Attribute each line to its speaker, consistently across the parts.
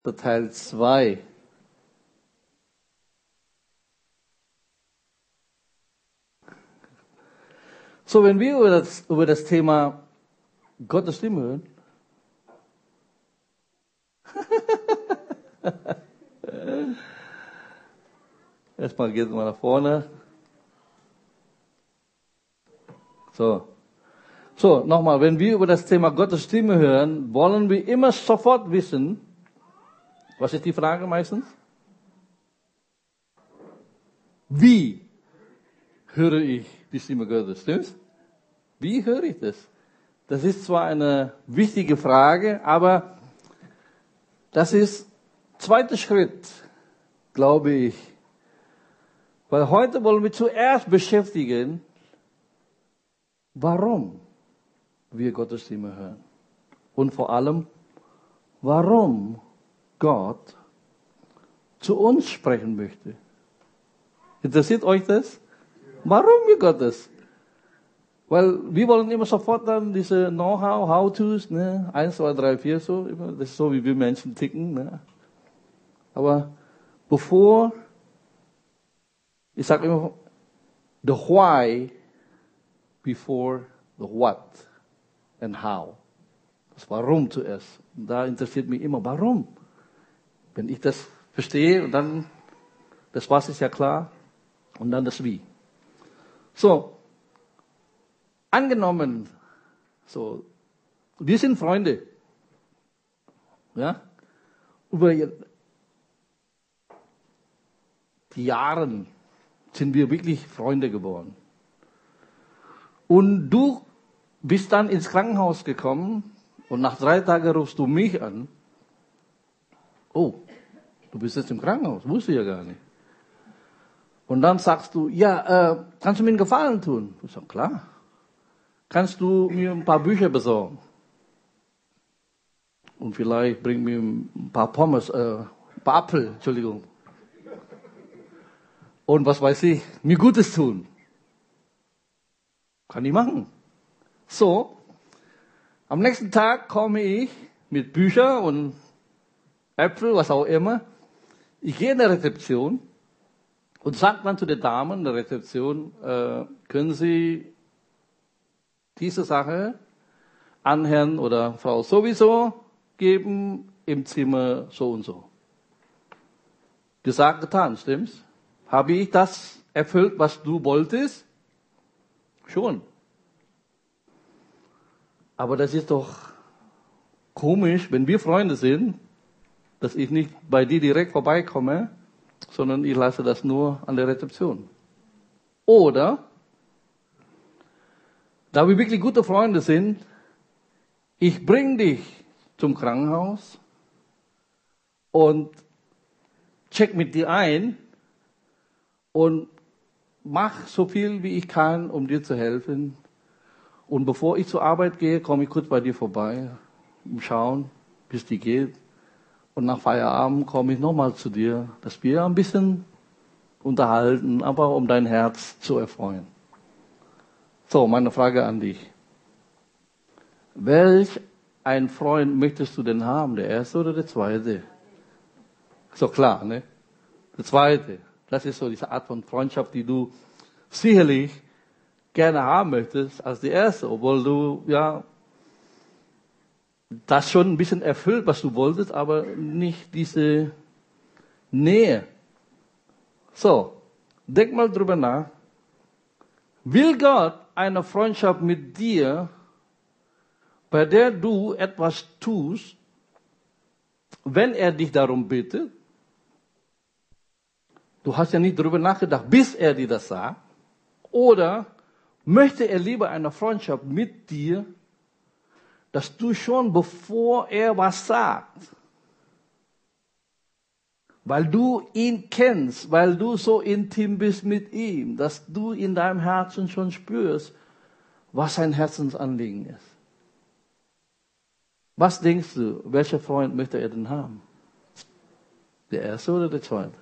Speaker 1: Teil 2. So, wenn wir über das Thema Gottes Stimme hören, erstmal geht es mal nach vorne. So, nochmal, wenn wir über das Thema Gottes Stimme hören, wollen wir immer sofort wissen, was ist die Frage meistens? Wie höre ich die Stimme Gottes? Stimmt's? Wie höre ich das? Das ist zwar eine wichtige Frage, aber das ist zweiter Schritt, glaube ich. Weil heute wollen wir zuerst beschäftigen, warum wir Gottes Stimme hören. Und vor allem, warum Gott zu uns sprechen möchte. Interessiert euch das? Warum wir Gottes? Weil wir wollen immer sofort dann diese Know-how, How-Tos, ne? 1, 2, 3, 4, so. Das ist so, wie wir Menschen ticken. Ne? Aber bevor, ich sage immer, the why before the what and how. Das Warum zuerst. Und da interessiert mich immer, warum? Wenn ich das verstehe, und dann, das Was ist ja klar, und dann das Wie. So, angenommen, so, wir sind Freunde. Ja? Über die Jahre sind wir wirklich Freunde geworden. Und du bist dann ins Krankenhaus gekommen und nach 3 Tagen rufst du mich an. Oh, du bist jetzt im Krankenhaus, wusste ich ja gar nicht. Und dann sagst du, ja, kannst du mir einen Gefallen tun? Ich sage, klar. Kannst du mir ein paar Bücher besorgen? Und vielleicht bring mir ein paar Pommes, ein paar Apfel, Entschuldigung. Und was weiß ich, mir Gutes tun. Kann ich machen. So, am nächsten Tag komme ich mit Büchern und Äpfel, was auch immer. Ich gehe in die Rezeption und sage dann zu der Dame in der Rezeption, können Sie diese Sache an Herrn oder Frau sowieso geben im Zimmer so und so. Gesagt, getan, stimmt's? Habe ich das erfüllt, was du wolltest? Schon. Aber das ist doch komisch, wenn wir Freunde sind, dass ich nicht bei dir direkt vorbeikomme, sondern ich lasse das nur an der Rezeption. Oder, da wir wirklich gute Freunde sind, ich bringe dich zum Krankenhaus und check mit dir ein und mach so viel, wie ich kann, um dir zu helfen. Und bevor ich zur Arbeit gehe, komme ich kurz bei dir vorbei, um schauen, wie es dir geht. Und nach Feierabend komme ich nochmal zu dir, dass wir ein bisschen unterhalten, aber um dein Herz zu erfreuen. So, meine Frage an dich. Welch ein Freund möchtest du denn haben, der erste oder der zweite? So klar, ne? Der zweite. Das ist so diese Art von Freundschaft, die du sicherlich gerne haben möchtest als die erste, obwohl du ja das schon ein bisschen erfüllt, was du wolltest, aber nicht diese Nähe. So, denk mal drüber nach. Will Gott eine Freundschaft mit dir, bei der du etwas tust, wenn er dich darum bittet? Du hast ja nicht drüber nachgedacht, bis er dir das sagt. Oder möchte er lieber eine Freundschaft mit dir, dass du schon bevor er was sagt, weil du ihn kennst, weil du so intim bist mit ihm, dass du in deinem Herzen schon spürst, was sein Herzensanliegen ist. Was denkst du, welcher Freund möchte er denn haben? Der erste oder der zweite?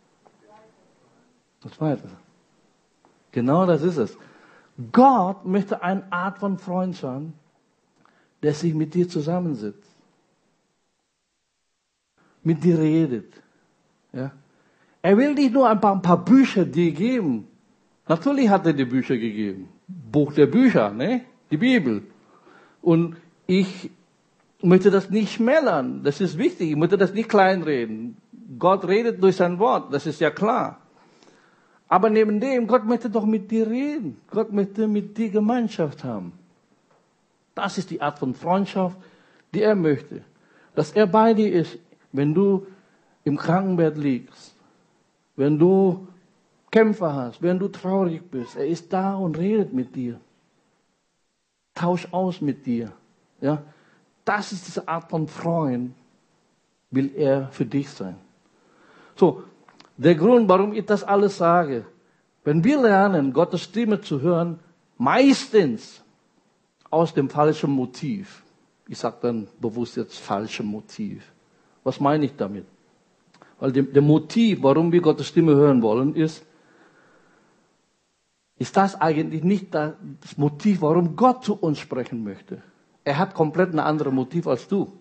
Speaker 1: Der zweite. Genau das ist es. Gott möchte eine Art von Freund sein, der sich mit dir zusammensitzt. mit dir redet. Ja? Er will nicht nur ein paar Bücher dir geben. Natürlich hat er die Bücher gegeben. Buch der Bücher, ne? Die Bibel. Und ich möchte das nicht schmälern. Das ist wichtig. Ich möchte das nicht kleinreden. Gott redet durch sein Wort. Das ist ja klar. Aber neben dem, Gott möchte doch mit dir reden. Gott möchte mit dir Gemeinschaft haben. Das ist die Art von Freundschaft, die er möchte. Dass er bei dir ist, wenn du im Krankenbett liegst, wenn du Kämpfe hast, wenn du traurig bist. Er ist da und redet mit dir. Tausch aus mit dir. Ja? Das ist diese Art von Freund, will er für dich sein. So, der Grund, warum ich das alles sage, wenn wir lernen, Gottes Stimme zu hören, meistens aus dem falschen Motiv. Ich sage dann bewusst jetzt falsches Motiv. Was meine ich damit? Weil der Motiv, warum wir Gottes Stimme hören wollen, ist das eigentlich nicht das Motiv, warum Gott zu uns sprechen möchte. Er hat komplett ein anderes Motiv als du.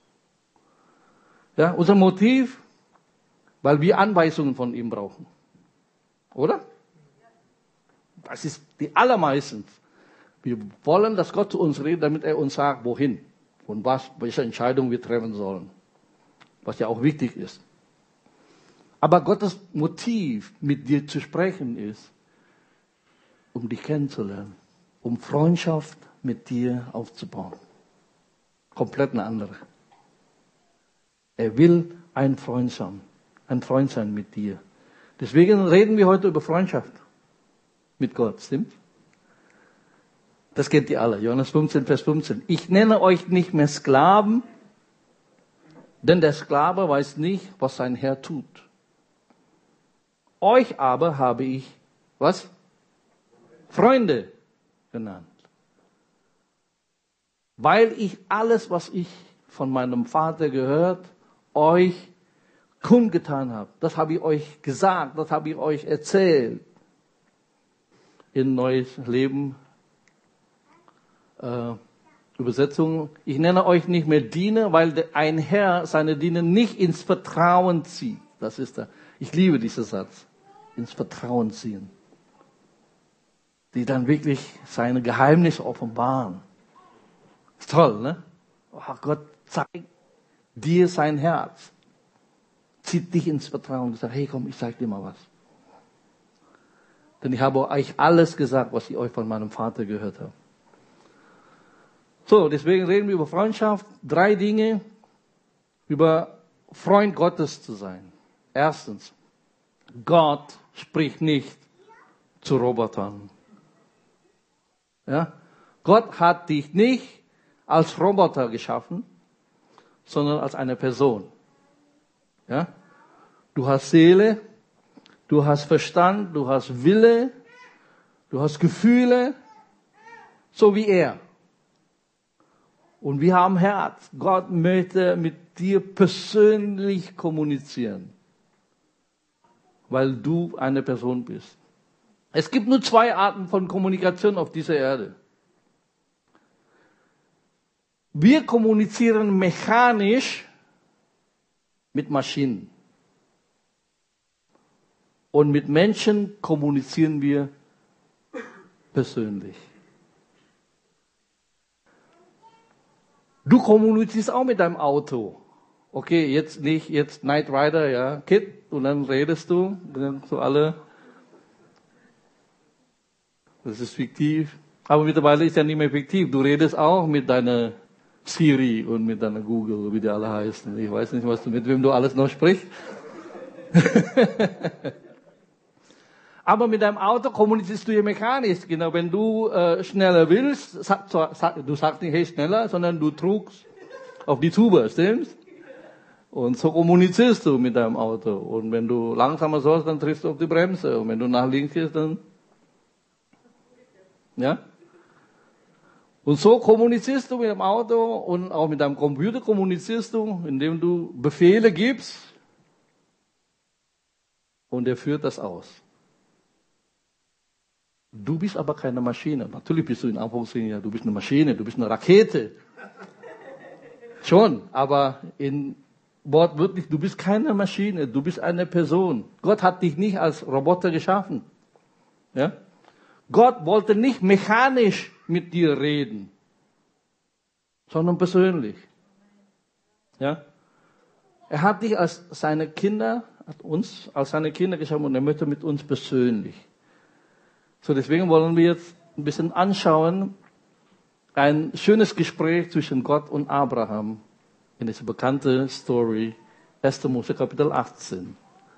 Speaker 1: Ja, unser Motiv, weil wir Anweisungen von ihm brauchen. Oder? Das ist die allermeisten. Wir wollen, dass Gott zu uns redet, damit er uns sagt, wohin und welche Entscheidung wir treffen sollen. Was ja auch wichtig ist. Aber Gottes Motiv, mit dir zu sprechen, ist, um dich kennenzulernen, um Freundschaft mit dir aufzubauen. Komplett eine andere. Er will ein Freund sein mit dir. Deswegen reden wir heute über Freundschaft mit Gott, stimmt? Das kennt ihr alle. Johannes 15, Vers 15. Ich nenne euch nicht mehr Sklaven, denn der Sklave weiß nicht, was sein Herr tut. Euch aber habe ich, was? Freunde genannt. Weil ich alles, was ich von meinem Vater gehört, euch kundgetan habe. Das habe ich euch gesagt, das habe ich euch erzählt. In Neues Leben Übersetzung. Ich nenne euch nicht mehr Diener, weil ein Herr seine Diener nicht ins Vertrauen zieht. Das ist der. Ich liebe diesen Satz. Ins Vertrauen ziehen. Die dann wirklich seine Geheimnisse offenbaren. Ist toll, ne? Oh, Gott zeigt dir sein Herz. Zieht dich ins Vertrauen und sagt, hey komm, ich zeig dir mal was. Denn ich habe euch alles gesagt, was ich euch von meinem Vater gehört habe. So, deswegen reden wir über Freundschaft. 3 Dinge, über Freund Gottes zu sein. Erstens, Gott spricht nicht zu Robotern. Ja? Gott hat dich nicht als Roboter geschaffen, sondern als eine Person. Ja? Du hast Seele, du hast Verstand, du hast Wille, du hast Gefühle, so wie er. Und wir haben Herz. Gott möchte mit dir persönlich kommunizieren, weil du eine Person bist. Es gibt nur 2 Arten von Kommunikation auf dieser Erde. Wir kommunizieren mechanisch mit Maschinen. Und mit Menschen kommunizieren wir persönlich. Du kommunizierst auch mit deinem Auto. Okay, jetzt nicht, jetzt Knight Rider, ja, Kid, und dann redest du, dann so alle. Das ist fiktiv. Aber mittlerweile ist ja nicht mehr fiktiv. Du redest auch mit deiner Siri und mit deiner Google, wie die alle heißen. Ich weiß nicht, mit wem du alles noch sprichst. Aber mit deinem Auto kommunizierst du ja mechanisch. Genau, wenn du schneller willst, du sagst nicht, hey, schneller, sondern du drückst auf die Tube, stimmt's? Und so kommunizierst du mit deinem Auto. Und wenn du langsamer sollst, dann trittst du auf die Bremse. Und wenn du nach links gehst, dann... Ja? Und so kommunizierst du mit dem Auto und auch mit deinem Computer kommunizierst du, indem du Befehle gibst. Und er führt das aus. Du bist aber keine Maschine. Natürlich bist du in Anführungszeichen, ja, du bist eine Maschine, du bist eine Rakete. Schon, aber in wortwörtlich, du bist keine Maschine, du bist eine Person. Gott hat dich nicht als Roboter geschaffen. Ja? Gott wollte nicht mechanisch mit dir reden, sondern persönlich. Ja? Er hat dich als seine Kinder, hat uns als seine Kinder geschaffen und er möchte mit uns persönlich. So, deswegen wollen wir jetzt ein bisschen anschauen, ein schönes Gespräch zwischen Gott und Abraham in dieser bekannten Story, 1. Mose Kapitel 18.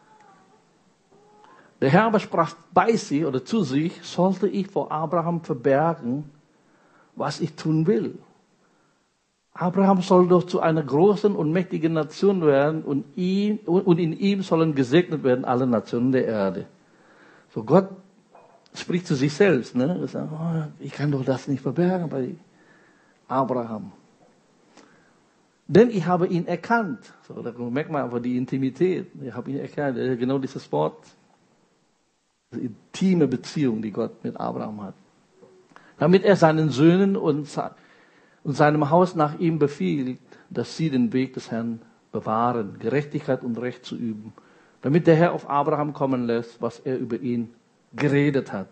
Speaker 1: Der Herr aber sprach bei sich oder zu sich, sollte ich vor Abraham verbergen, was ich tun will. Abraham soll doch zu einer großen und mächtigen Nation werden und in ihm sollen gesegnet werden alle Nationen der Erde. So, Gott spricht zu sich selbst. Ne? Er sagt, ich kann doch das nicht verbergen bei Abraham. Denn ich habe ihn erkannt. So, da merkt man einfach die Intimität. Ich habe ihn erkannt. Genau dieses Wort. Diese intime Beziehung, die Gott mit Abraham hat. Damit er seinen Söhnen und seinem Haus nach ihm befiehlt, dass sie den Weg des Herrn bewahren, Gerechtigkeit und Recht zu üben. Damit der Herr auf Abraham kommen lässt, was er über ihn geredet hat.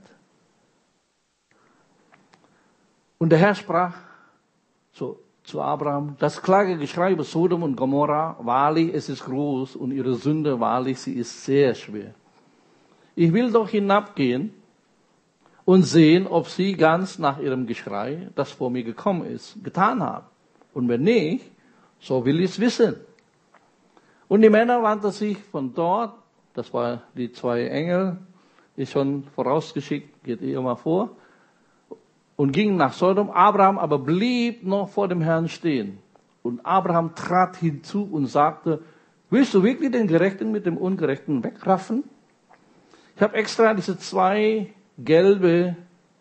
Speaker 1: Und der Herr sprach zu Abraham, das Klagegeschrei über Sodom und Gomorra, wahrlich, es ist groß und ihre Sünde, wahrlich, sie ist sehr schwer. Ich will doch hinabgehen und sehen, ob sie ganz nach ihrem Geschrei, das vor mir gekommen ist, getan haben. Und wenn nicht, so will ich es wissen. Und die Männer wandten sich von dort, das war die 2 Engel, ist schon vorausgeschickt, geht ihr mal vor, und gingen nach Sodom. Abraham aber blieb noch vor dem Herrn stehen. Und Abraham trat hinzu und sagte, willst du wirklich den Gerechten mit dem Ungerechten wegraffen? Ich habe extra diese 2 gelbe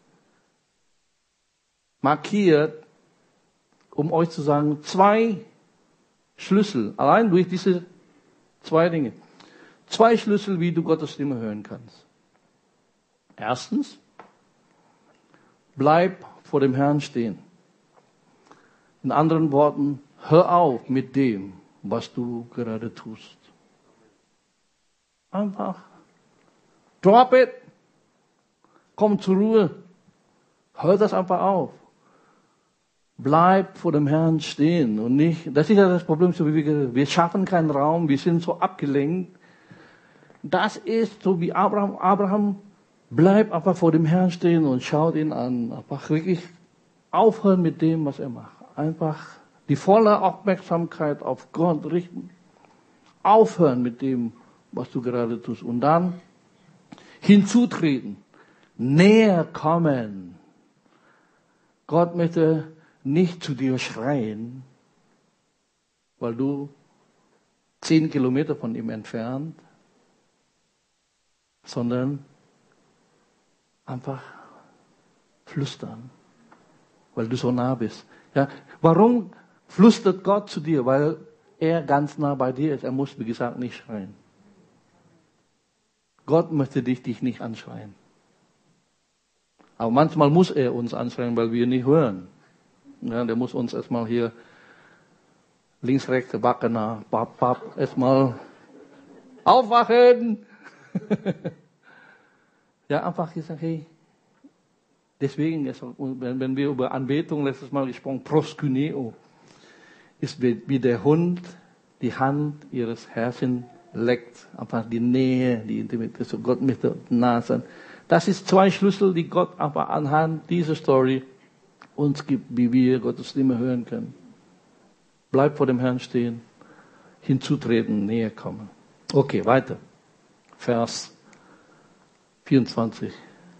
Speaker 1: markiert, um euch zu sagen, 2 Schlüssel, allein durch diese 2 Dinge. 2 Schlüssel, wie du Gottes Stimme hören kannst. Erstens, bleib vor dem Herrn stehen. In anderen Worten, hör auf mit dem, was du gerade tust. Einfach, drop it. Komm zur Ruhe. Hör das einfach auf. Bleib vor dem Herrn stehen und nicht, das ist ja das Problem, so wie wir schaffen keinen Raum, wir sind so abgelenkt. Das ist so wie Abraham bleibt einfach vor dem Herrn stehen und schaut ihn an. Einfach wirklich aufhören mit dem, was er macht. Einfach die volle Aufmerksamkeit auf Gott richten. Aufhören mit dem, was du gerade tust. Und dann hinzutreten. Näher kommen. Gott möchte nicht zu dir schreien, weil du 10 Kilometer von ihm entfernt, sondern einfach flüstern, weil du so nah bist. Ja, warum flüstert Gott zu dir? Weil er ganz nah bei dir ist. Er muss, wie gesagt, nicht schreien. Gott möchte dich nicht anschreien. Aber manchmal muss er uns anschreien, weil wir nicht hören. Ja, der muss uns erstmal hier links, rechts, Backen, pap, erstmal aufwachen. Ja, einfach gesagt, hey, deswegen, wenn wir über Anbetung letztes Mal gesprochen, proskyneo, ist wie der Hund die Hand ihres Herrchen leckt. Einfach die Nähe, die Intimität, so Gott möchte nah sein. Das ist 2 Schlüssel, die Gott aber anhand dieser Story uns gibt, wie wir Gottes Stimme hören können. Bleib vor dem Herrn stehen, hinzutreten, näher kommen. Okay, weiter. Vers 24.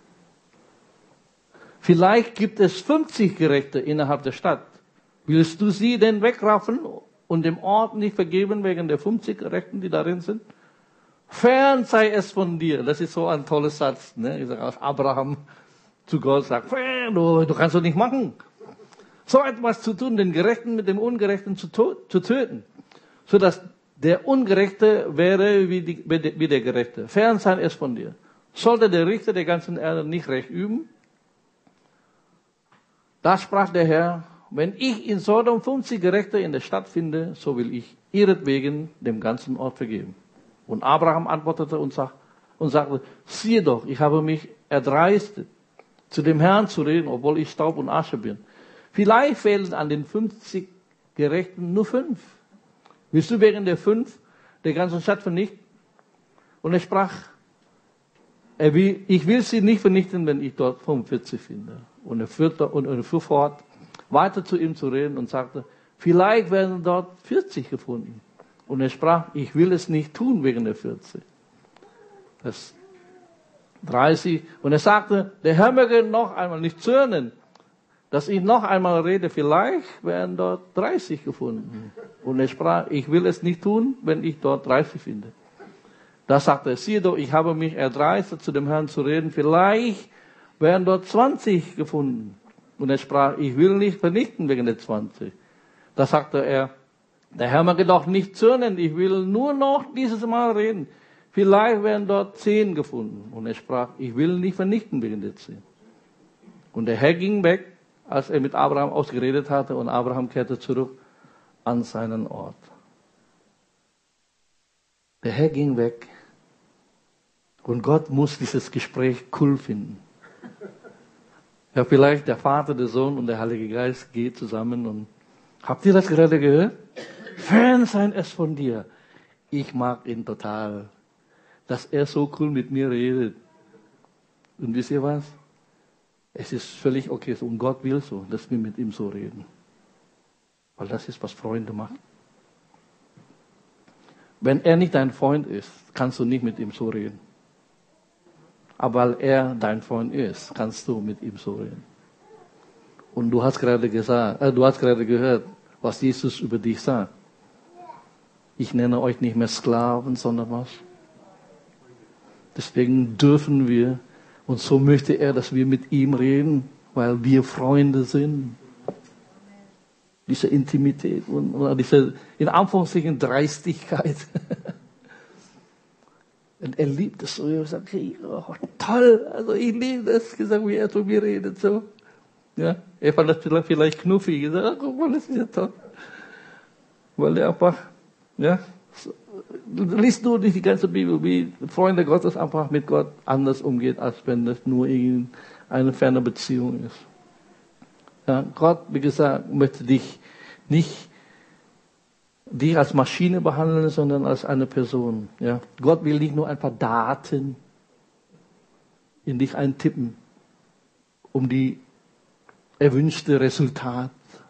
Speaker 1: Vielleicht gibt es 50 Gerechte innerhalb der Stadt. Willst du sie denn wegraffen und dem Ort nicht vergeben wegen der 50 Gerechten, die darin sind? Fern sei es von dir. Das ist so ein toller Satz. Ne? Ich sage, als Abraham zu Gott sagt, du kannst doch nicht machen. So etwas zu tun, den Gerechten mit dem Ungerechten zu töten. Sodass der Ungerechte wäre wie der Gerechte. Fern sei es von dir. Sollte der Richter der ganzen Erde nicht Recht üben? Da sprach der Herr, wenn ich in Sodom 50 Gerechte in der Stadt finde, so will ich ihretwegen dem ganzen Ort vergeben. Und Abraham antwortete und sagte, siehe doch, ich habe mich erdreistet, zu dem Herrn zu reden, obwohl ich Staub und Asche bin. Vielleicht fehlen an den 50 Gerechten nur 5. Willst du wegen der 5 der ganzen Stadt vernichten? Und er sprach, ich will sie nicht vernichten, wenn ich dort 45 finde. Und er fuhr fort, weiter zu ihm zu reden und sagte, vielleicht werden dort 40 gefunden. Und er sprach, ich will es nicht tun wegen der 40. Das 30. Und er sagte, der Herr möge noch einmal nicht zürnen, dass ich noch einmal rede, vielleicht werden dort 30 gefunden. Und er sprach, ich will es nicht tun, wenn ich dort 30 finde. Da sagte er, siehe doch, ich habe mich erdreistet, zu dem Herrn zu reden, vielleicht werden dort 20 gefunden. Und er sprach, ich will nicht vernichten wegen der 20. Da sagte er, der Herr mag doch nicht zürnen, ich will nur noch dieses Mal reden. Vielleicht werden dort 10 gefunden. Und er sprach, ich will nicht vernichten wegen der 10. Und der Herr ging weg, als er mit Abraham ausgeredet hatte, und Abraham kehrte zurück an seinen Ort. Der Herr ging weg. Und Gott muss dieses Gespräch cool finden. Ja, vielleicht der Vater, der Sohn und der Heilige Geist geht zusammen und habt ihr das gerade gehört? Fern sein es von dir. Ich mag ihn total, dass er so cool mit mir redet. Und wisst ihr was? Es ist völlig okay so. Und Gott will so, dass wir mit ihm so reden. Weil das ist, was Freunde machen. Wenn er nicht dein Freund ist, kannst du nicht mit ihm so reden. Aber weil er dein Freund ist, kannst du mit ihm so reden. Und du hast gerade gehört, was Jesus über dich sagt. Ich nenne euch nicht mehr Sklaven, sondern was? Deswegen dürfen wir, und so möchte er, dass wir mit ihm reden, weil wir Freunde sind. Diese Intimität und diese, in Anführungszeichen, Dreistigkeit. Und er liebt es so. Er sagt, hey, oh, toll, also ich liebe das, gesagt, wie er zu mir redet, so. Ja, er fand das vielleicht knuffig, gesagt, guck mal, das ist ja toll. Weil er einfach, ja, liest nur die ganze Bibel, wie Freunde Gottes einfach mit Gott anders umgeht, als wenn das nur eine ferne Beziehung ist. Ja, Gott, wie gesagt, möchte dich nicht als Maschine behandeln, sondern als eine Person. Ja. Gott will nicht nur ein paar Daten in dich eintippen, um die erwünschte Resultat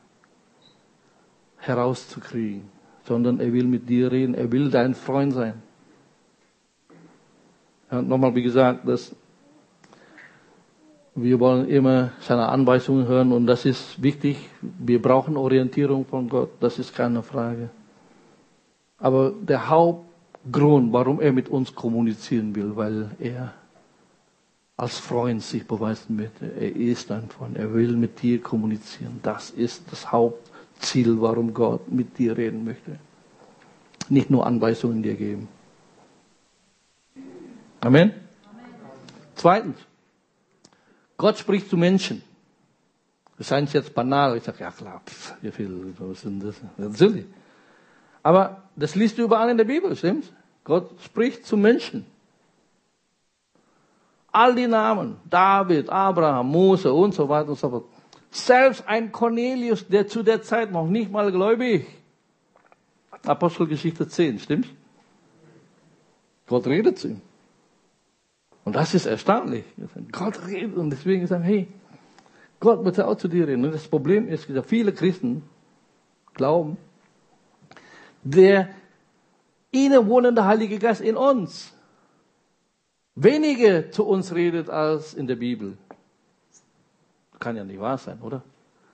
Speaker 1: herauszukriegen, sondern er will mit dir reden, er will dein Freund sein. Ja, nochmal, wie gesagt, wir wollen immer seine Anweisungen hören und das ist wichtig. Wir brauchen Orientierung von Gott, das ist keine Frage. Aber der Hauptgrund, warum er mit uns kommunizieren will, weil er als Freund sich beweisen möchte. Er ist ein Freund, er will mit dir kommunizieren. Das ist das Hauptziel, warum Gott mit dir reden möchte. Nicht nur Anweisungen dir geben. Amen? Zweitens, Gott spricht zu Menschen. Das ist eigentlich jetzt banal. Ich sage, ja klar, wie viel, was sind das? Natürlich. Aber das liest du überall in der Bibel, stimmt's? Gott spricht zu Menschen. All die Namen, David, Abraham, Mose und so weiter und so fort. Selbst ein Cornelius, der zu der Zeit noch nicht mal gläubig. Apostelgeschichte 10, stimmt's? Gott redet zu ihm. Und das ist erstaunlich. Gott redet und deswegen sagen, hey, Gott möchte auch zu dir reden. Und das Problem ist, viele Christen glauben, der innewohnende Heilige Geist in uns weniger zu uns redet als in der Bibel. Kann ja nicht wahr sein, oder?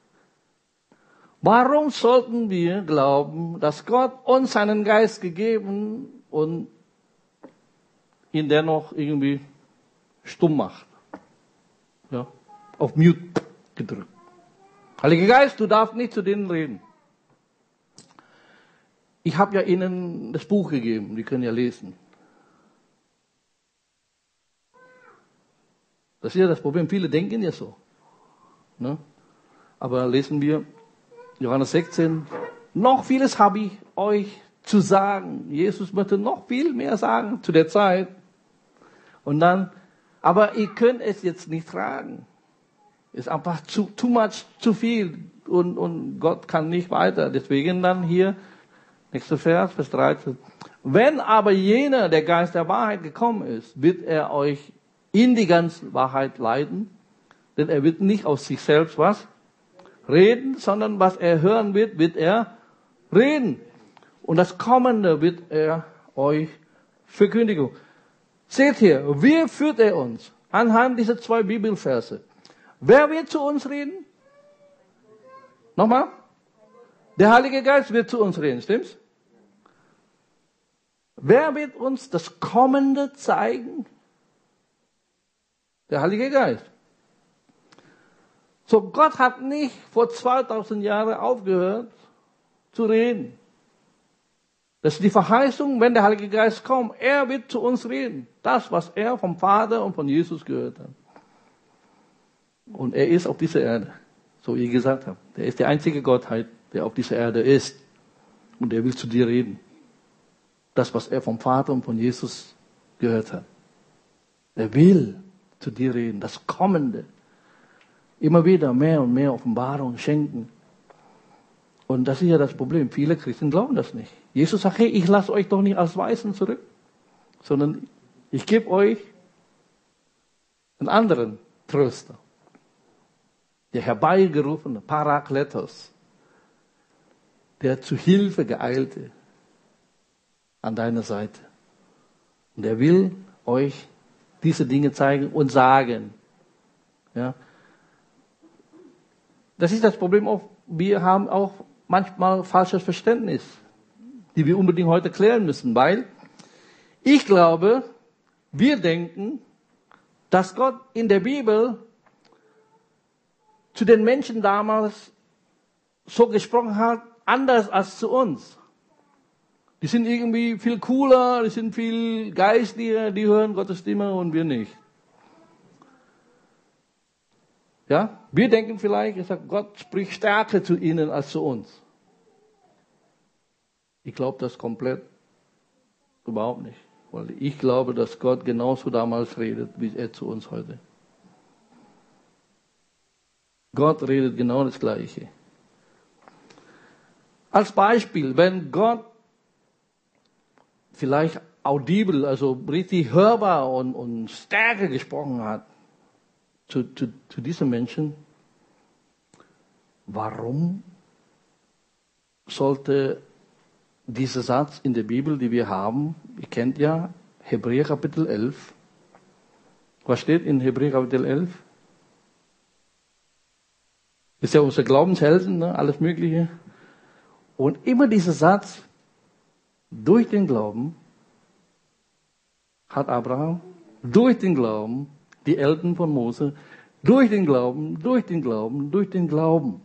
Speaker 1: Warum sollten wir glauben, dass Gott uns seinen Geist gegeben und ihn dennoch irgendwie stumm macht? Ja, auf Mute gedrückt. Heiliger Geist, du darfst nicht zu denen reden. Ich habe ja Ihnen das Buch gegeben, die können ja lesen. Das ist ja das Problem, viele denken ja so. Ne? Aber lesen wir Johannes 16, noch vieles habe ich euch zu sagen. Jesus möchte noch viel mehr sagen zu der Zeit. Und dann, aber ihr könnt es jetzt nicht tragen. Ist einfach too much, zu viel. Und Gott kann nicht weiter. Deswegen dann hier, nächster Vers, Vers 13. Wenn aber jener, der Geist der Wahrheit gekommen ist, wird er euch in die ganze Wahrheit leiten. Denn er wird nicht aus sich selbst was reden, sondern was er hören wird, wird er reden. Und das Kommende wird er euch verkündigen. Seht hier, wie führt er uns? Anhand dieser 2 Bibelverse. Wer wird zu uns reden? Nochmal? Der Heilige Geist wird zu uns reden, stimmt's? Wer wird uns das Kommende zeigen? Der Heilige Geist. So, Gott hat nicht vor 2000 Jahren aufgehört zu reden. Das ist die Verheißung, wenn der Heilige Geist kommt. Er wird zu uns reden. Das, was er vom Vater und von Jesus gehört hat. Und er ist auf dieser Erde. So wie ich gesagt habe. Er ist die einzige Gottheit, der auf dieser Erde ist. Und er will zu dir reden. Das, was er vom Vater und von Jesus gehört hat. Er will zu dir reden. Das Kommende. Immer wieder mehr und mehr Offenbarung schenken. Und das ist ja das Problem. Viele Christen glauben das nicht. Jesus sagt, hey, ich lasse euch doch nicht als Weisen zurück, sondern ich gebe euch einen anderen Tröster. Der herbeigerufene Parakletos, der zu Hilfe geeilte an deiner Seite. Und er will euch diese Dinge zeigen und sagen. Ja. Das ist das Problem auch. Wir haben auch manchmal falsches Verständnis, die wir unbedingt heute klären müssen, weil ich glaube, wir denken, dass Gott in der Bibel zu den Menschen damals so gesprochen hat, anders als zu uns. Die sind irgendwie viel cooler, die sind viel geistlicher, die hören Gottes Stimme und wir nicht. Ja, wir denken vielleicht, Gott spricht stärker zu ihnen als zu uns. Ich glaube das komplett überhaupt nicht. Weil ich glaube, dass Gott genauso damals redet, wie er zu uns heute. Gott redet genau das Gleiche. Als Beispiel, wenn Gott vielleicht audibel, also richtig hörbar und stärker gesprochen hat, zu diesen Menschen, warum sollte dieser Satz in der Bibel, die wir haben, ihr kennt ja Hebräer Kapitel 11. Was steht in Hebräer Kapitel 11? Ist ja unser Glaubenshelden, ne? Alles Mögliche. Und immer dieser Satz, durch den Glauben hat Abraham, durch den Glauben, die Eltern von Mose, durch den Glauben, durch den Glauben, durch den Glauben.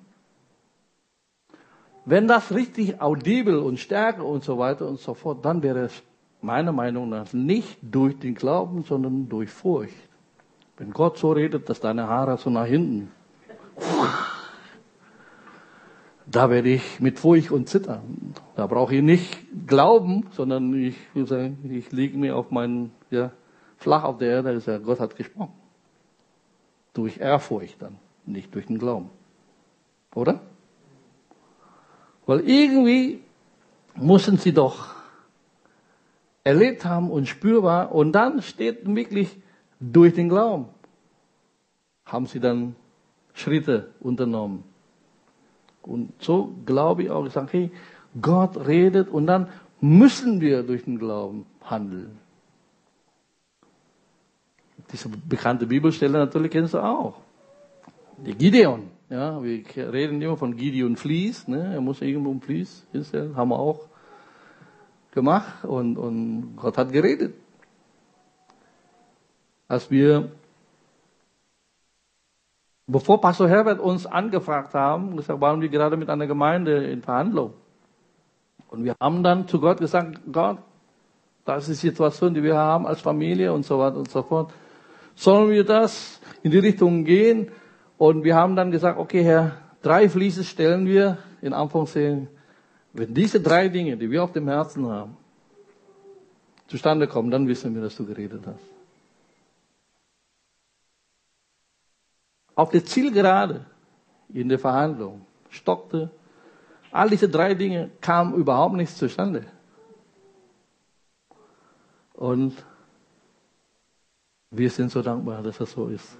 Speaker 1: Wenn das richtig audibel und stärker und so weiter und so fort, dann wäre es meiner Meinung nach nicht durch den Glauben, sondern durch Furcht. Wenn Gott so redet, dass deine Haare so nach hinten, da werde ich mit Furcht und Zittern. Da brauche ich nicht glauben, sondern ich liege mir auf meinen, flach auf der Erde, ich sage, Gott hat gesprochen. Durch Ehrfurcht dann, nicht durch den Glauben. Oder? Weil irgendwie müssen sie doch erlebt haben und spürbar, und dann steht wirklich durch den Glauben, haben sie dann Schritte unternommen. Und so glaube ich auch, ich sage, hey, Gott redet und dann müssen wir durch den Glauben handeln. Diese bekannte Bibelstelle natürlich kennst du auch. Der Gideon. Ja, wir reden immer von Gideon Vlies, ne? Er muss irgendwo ein Vlies hinstellen, haben wir auch gemacht und Gott hat geredet. Bevor Pastor Herbert uns angefragt haben, waren wir gerade mit einer Gemeinde in Verhandlung. Und wir haben dann zu Gott gesagt, Gott, das ist die Situation, die wir haben als Familie und so weiter und so fort. Sollen wir das in die Richtung gehen? Und wir haben dann gesagt, okay Herr, 3 Fliese stellen wir, in Anführungszeichen, Wenn diese 3 Dinge, die wir auf dem Herzen haben, zustande kommen, dann wissen wir, dass du geredet hast. Auf der Zielgerade in der Verhandlung stockte. All diese 3 Dinge kamen überhaupt nichts zustande. Und wir sind so dankbar, dass das so ist.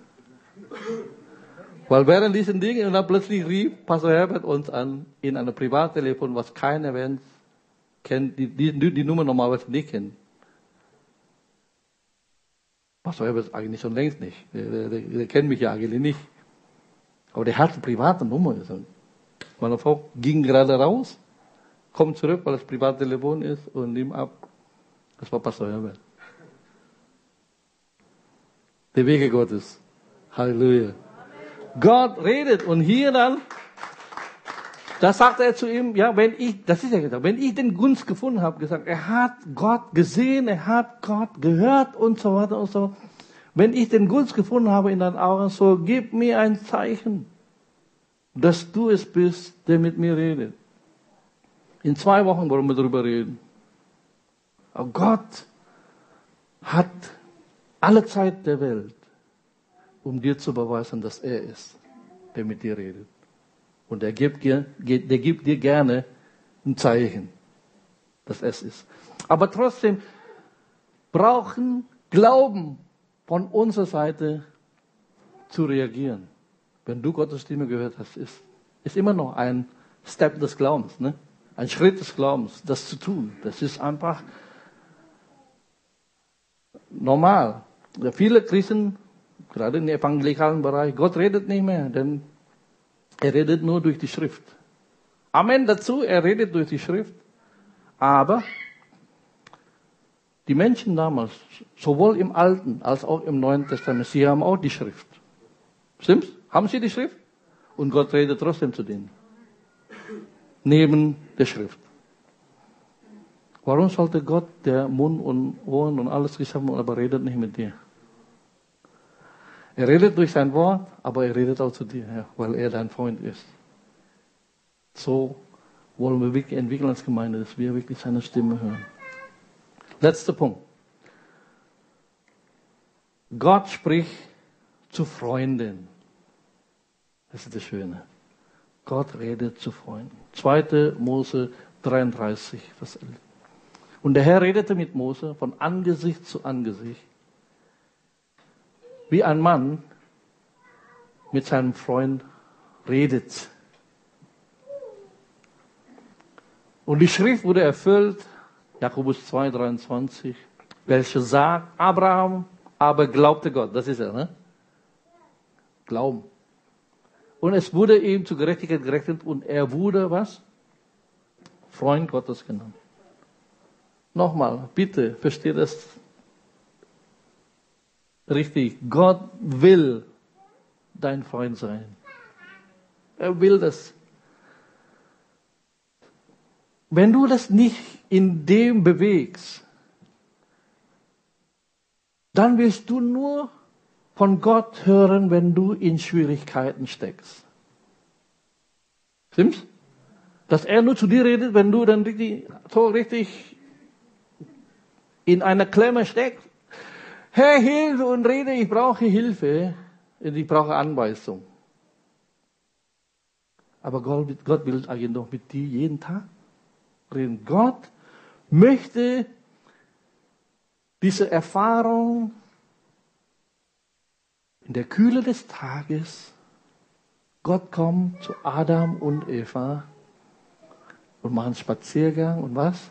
Speaker 1: Weil während diesen Dingen, und dann plötzlich rief Pastor Herbert uns an, in einem Privattelefon, was keiner kennt, die Nummer normalerweise nicht kennt. Pastor Herbert eigentlich schon längst nicht. Der kennt mich ja eigentlich nicht. Aber der hat eine private Nummer. Meine Frau ging gerade raus, kommt zurück, weil das Privattelefon ist, und nimmt ab. Das war Pastor Herbert. Der Wege Gottes. Halleluja. Gott redet, und hier dann, da sagt er zu ihm, ja, wenn ich den Gunst gefunden habe, gesagt, er hat Gott gesehen, er hat Gott gehört und so weiter und so. Wenn ich den Gunst gefunden habe in deinen Augen, so gib mir ein Zeichen, dass du es bist, der mit mir redet. In 2 Wochen wollen wir darüber reden. Aber Gott hat alle Zeit der Welt, um dir zu beweisen, dass er ist, der mit dir redet. Und der gibt dir gerne ein Zeichen, dass es ist. Aber trotzdem brauchen Glauben von unserer Seite zu reagieren. Wenn du Gottes Stimme gehört hast, ist immer noch ein Step des Glaubens, ne? Ein Schritt des Glaubens, das zu tun. Das ist einfach normal. Ja, viele Christen, gerade im evangelikalen Bereich, Gott redet nicht mehr, denn er redet nur durch die Schrift. Amen dazu, er redet durch die Schrift. Aber die Menschen damals, sowohl im Alten als auch im Neuen Testament, sie haben auch die Schrift. Stimmt's? Haben sie die Schrift? Und Gott redet trotzdem zu denen. Neben der Schrift. Warum sollte Gott, der Mund und Ohren und alles geschaffen hat, aber redet nicht mit dir? Er redet durch sein Wort, aber er redet auch zu dir, ja, weil er dein Freund ist. So wollen wir wirklich entwickeln als Gemeinde, dass wir wirklich seine Stimme hören. Letzter Punkt. Gott spricht zu Freunden. Das ist das Schöne. Gott redet zu Freunden. 2. Mose 33, Vers 11. Und der Herr redete mit Mose von Angesicht zu Angesicht, wie ein Mann mit seinem Freund redet. Und die Schrift wurde erfüllt, Jakobus 2,23, welche sagt, Abraham aber glaubte Gott. Das ist er, ne? Glauben. Und es wurde ihm zur Gerechtigkeit gerechnet und er wurde, was? Freund Gottes genannt. Nochmal, bitte, versteht das richtig. Gott will dein Freund sein. Er will das. Wenn du das nicht in dem bewegst, dann wirst du nur von Gott hören, wenn du in Schwierigkeiten steckst. Stimmt's? Dass er nur zu dir redet, wenn du dann richtig in einer Klemme steckst. Herr, hilf und rede, ich brauche Hilfe, ich brauche Anweisung. Aber Gott will eigentlich noch mit dir jeden Tag reden. Gott möchte diese Erfahrung in der Kühle des Tages. Gott kommt zu Adam und Eva und macht einen Spaziergang und was?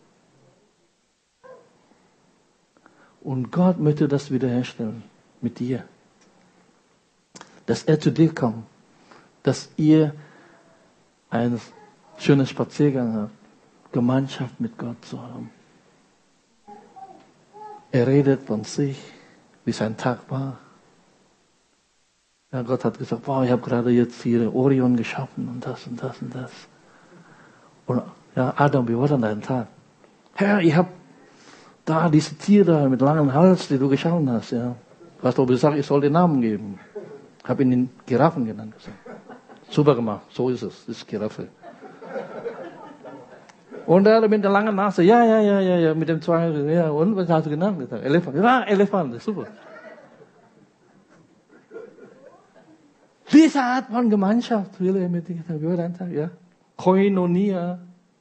Speaker 1: Und Gott möchte das wiederherstellen mit dir. Dass er zu dir kommt. Dass ihr einen schönen Spaziergang habt. Gemeinschaft mit Gott zu haben. Er redet von sich, wie sein Tag war. Ja, Gott hat gesagt, wow, ich habe gerade jetzt hier Orion geschaffen und das und das und das. Und ja, Adam, wie war denn dein Tag? Herr, ich habe da diese Tiere mit langem Hals, die du geschaffen hast. Ja. Weißt du, ob ich sage, ich soll den Namen geben. Ich habe ihn den Giraffen genannt. Gesagt. Super gemacht, so ist es. Das ist Giraffe. Und er mit der langen Nase, ja, mit dem Zweifel, ja, und was hast du genannt? Elefant. Ja, Elefant, super. Diese Art von Gemeinschaft will er mit dir, ja. Koinonia.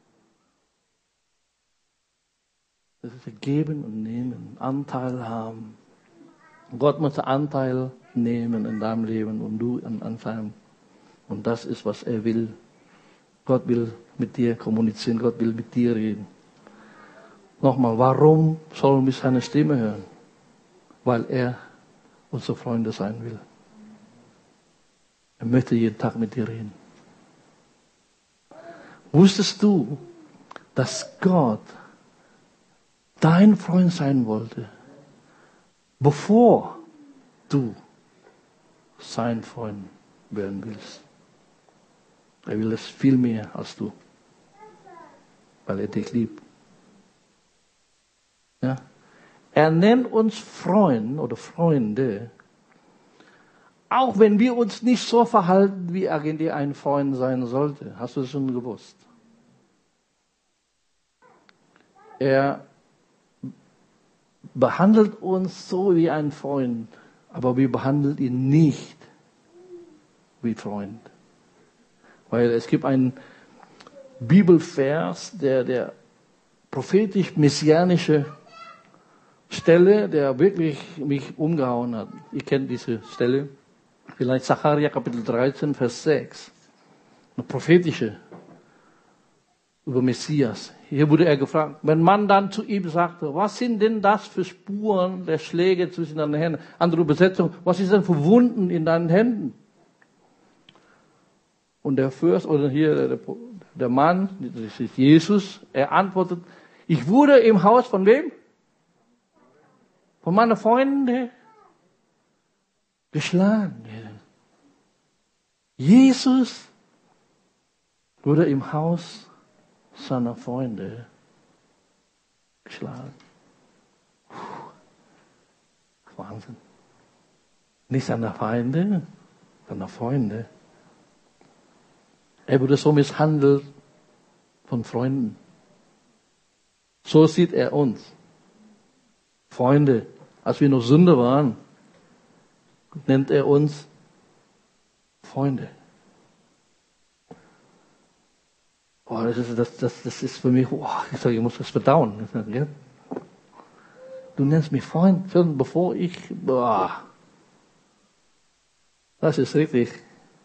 Speaker 1: Das ist Geben und Nehmen, Anteil haben. Gott muss Anteil nehmen in deinem Leben und du an seinem. Und das ist, was er will. Gott will mit dir kommunizieren, Gott will mit dir reden. Nochmal, warum sollen wir seine Stimme hören? Weil er unser Freund sein will. Er möchte jeden Tag mit dir reden. Wusstest du, dass Gott dein Freund sein wollte, bevor du sein Freund werden willst? Er will es viel mehr als du, weil er dich liebt. Ja? Er nennt uns Freund oder Freunde, auch wenn wir uns nicht so verhalten, wie eigentlich ein Freund sein sollte. Hast du das schon gewusst? Er behandelt uns so wie ein Freund, aber wir behandeln ihn nicht wie Freund. Weil es gibt einen Bibelvers, der prophetisch-messianische Stelle, der wirklich mich umgehauen hat. Ihr kennt diese Stelle. Vielleicht Sacharja Kapitel 13, Vers 6. Eine prophetische über Messias. Hier wurde er gefragt, wenn man dann zu ihm sagte, was sind denn das für Spuren der Schläge zwischen deinen Händen? Andere Übersetzung, was ist denn für Wunden in deinen Händen? Und der Fürst, oder hier der Mann, das ist Jesus, er antwortet, ich wurde im Haus von wem? Von meinen Freunden geschlagen. Jesus wurde im Haus seiner Freunde geschlagen. Wahnsinn. Nicht seiner Feinde, seiner Freunde. Er wurde so misshandelt von Freunden. So sieht er uns. Freunde, als wir noch Sünder waren, nennt er uns Freunde. Oh, das ist für mich, ich sage, ich muss das verdauen. Ja? Du nennst mich Freund, schon bevor ich, das ist richtig,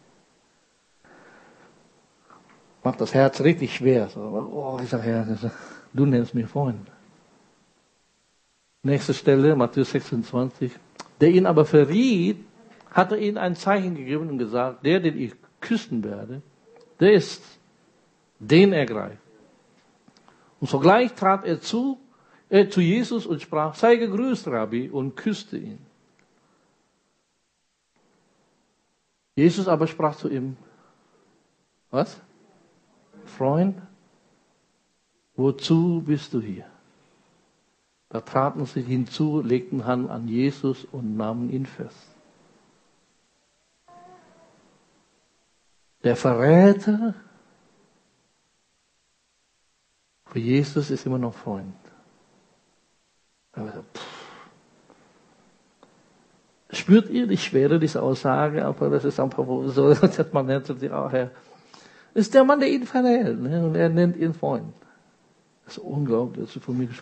Speaker 1: macht das Herz richtig schwer. So, ich sage, ja, du nennst mich Freund. Nächste Stelle, Matthäus 26. Der ihn aber verriet, hat er ihnen ein Zeichen gegeben und gesagt, der, den ich küssen werde, der ist, den ergreift. Und sogleich trat er zu Jesus und sprach, sei gegrüßt, Rabbi, und küsste ihn. Jesus aber sprach zu ihm, was? Freund, wozu bist du hier? Da traten sie hinzu, legten Hand an Jesus und nahmen ihn fest. Der Verräter für Jesus ist immer noch Freund. Aber spürt ihr die Schwere dieser Aussage? Aber das ist einfach so, dass man nennt sich auch Herr. Das ist der Mann, der ihn verrät, ne? Und er nennt ihn Freund. Das ist unglaublich, das ist für mich.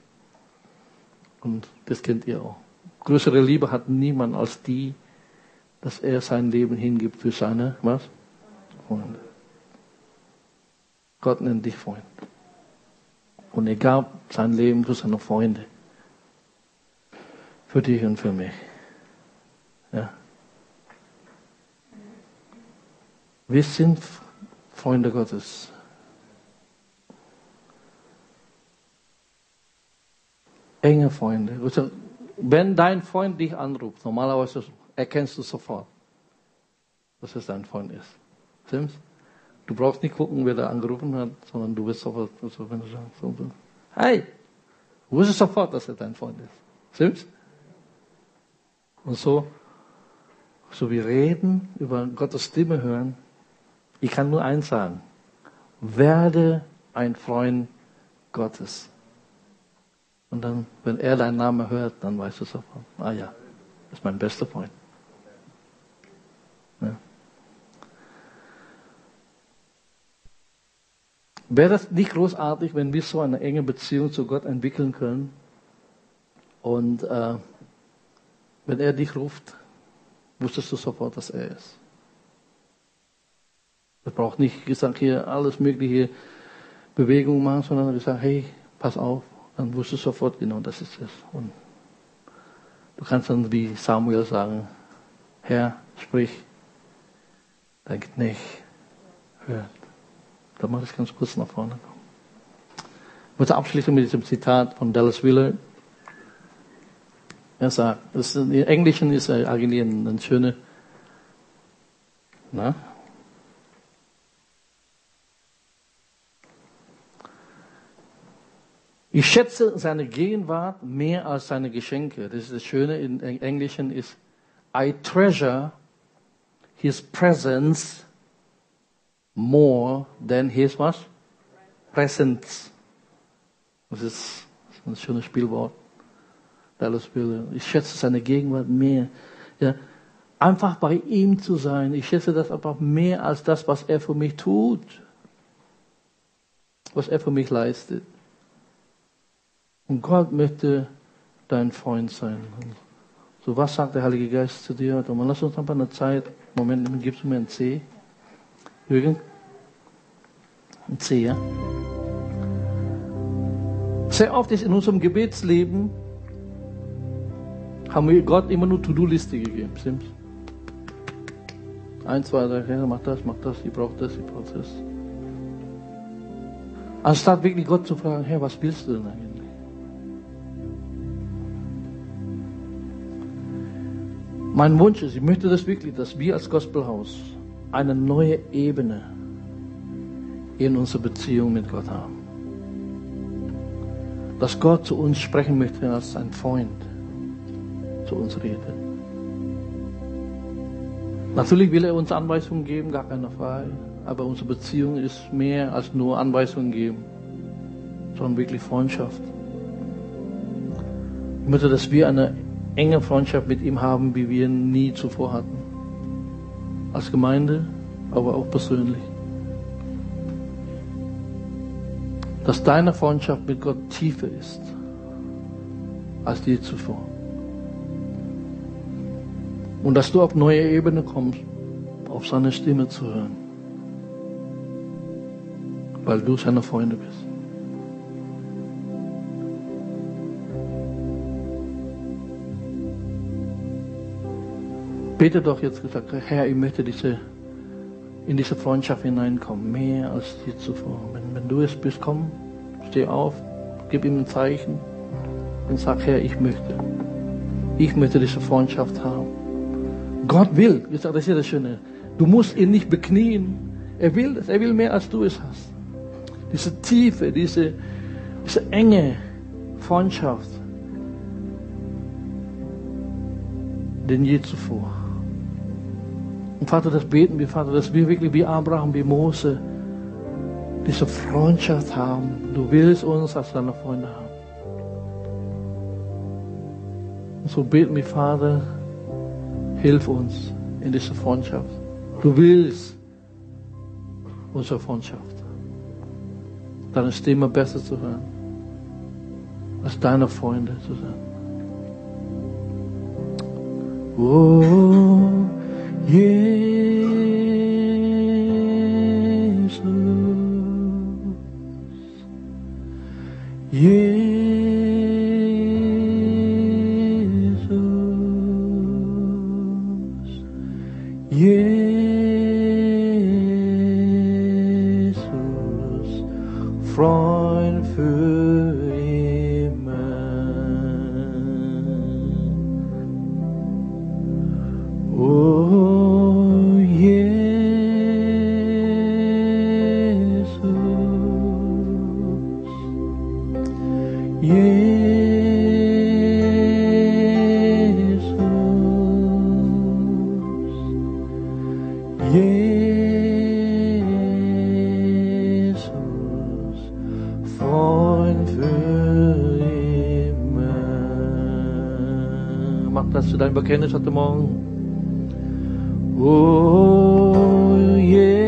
Speaker 1: Und das kennt ihr auch. Größere Liebe hat niemand als die, dass er sein Leben hingibt für seine, was? Freunde. Gott nennt dich Freund. Und er gab sein Leben für seine Freunde. Für dich und für mich. Ja. Wir sind Freunde Gottes. Enge Freunde. Wenn dein Freund dich anruft, normalerweise erkennst du sofort, dass es dein Freund ist. Stimmt's? Du brauchst nicht gucken, wer da angerufen hat, sondern du wirst sofort, also wenn du sagst, so, hey, du wusstest sofort, dass er dein Freund ist. Stimmt's? Und so wir reden, über Gottes Stimme hören, ich kann nur eins sagen, werde ein Freund Gottes. Und dann, wenn er deinen Namen hört, dann weißt du sofort, ah ja, das ist mein bester Freund. Ja. Wäre das nicht großartig, wenn wir so eine enge Beziehung zu Gott entwickeln können? Und wenn er dich ruft, wusstest du sofort, dass er ist. Er braucht nicht gesagt, hier alles mögliche Bewegungen machen, sondern gesagt, hey, pass auf. Dann wusstest du sofort, genau, das ist es. Und du kannst dann wie Samuel sagen, Herr, sprich, dein Knecht hört. Da mache ich ganz kurz nach vorne kommen. Ich möchte abschließen mit diesem Zitat von Dallas Willard. Er sagt, im Englischen ist er eigentlich ein schöner, ich schätze seine Gegenwart mehr als seine Geschenke. Das ist das Schöne im Englischen ist, I treasure his presence more than his was? Presence. Das ist ein schönes Spielwort. Ich schätze seine Gegenwart mehr. Ja, einfach bei ihm zu sein. Ich schätze das einfach mehr als das, was er für mich tut. Was er für mich leistet. Und Gott möchte dein Freund sein. So, was sagt der Heilige Geist zu dir? Lass uns einfach eine Zeit. Moment, gibst du mir ein C? Jürgen? Ein C, ja? Sehr oft ist in unserem Gebetsleben, haben wir Gott immer nur To-Do-Liste gegeben. Stimmt's? 1, 2, 3, 4, mach das, ich brauche das. Anstatt wirklich Gott zu fragen, Herr, was willst du denn eigentlich? Mein Wunsch ist, ich möchte das wirklich, dass wir als Gospelhaus eine neue Ebene in unserer Beziehung mit Gott haben. Dass Gott zu uns sprechen möchte als ein Freund, zu uns redet. Natürlich will er uns Anweisungen geben, gar keine Frage, aber unsere Beziehung ist mehr als nur Anweisungen geben, sondern wirklich Freundschaft. Ich möchte, dass wir eine enge Freundschaft mit ihm haben, wie wir nie zuvor hatten. Als Gemeinde, aber auch persönlich. Dass deine Freundschaft mit Gott tiefer ist als je zuvor. Und dass du auf neue Ebene kommst, auf seine Stimme zu hören. Weil du seine Freunde bist. Bete doch jetzt gesagt, Herr, ich möchte in diese Freundschaft hineinkommen, mehr als je zuvor. Wenn du es bist, komm, steh auf, gib ihm ein Zeichen und sag, Herr, ich möchte diese Freundschaft haben. Gott will, das ist ja das Schöne, du musst ihn nicht beknien, er will das, er will mehr als du es hast. Diese Tiefe, diese enge Freundschaft, denn je zuvor. Und Vater, das beten wir, Vater, dass wir wirklich wie Abraham, wie Mose diese Freundschaft haben. Du willst uns als deine Freunde haben. Und so beten wir, Vater, hilf uns in dieser Freundschaft. Du willst unsere Freundschaft. Deine Stimme besser zu hören, als deine Freunde zu sein. Oh, Jesus, Jesus, Freund für immer. Oh, Jesus, Mach Platz für dein Bekenntnis heute Morgen. Oh, Jesus.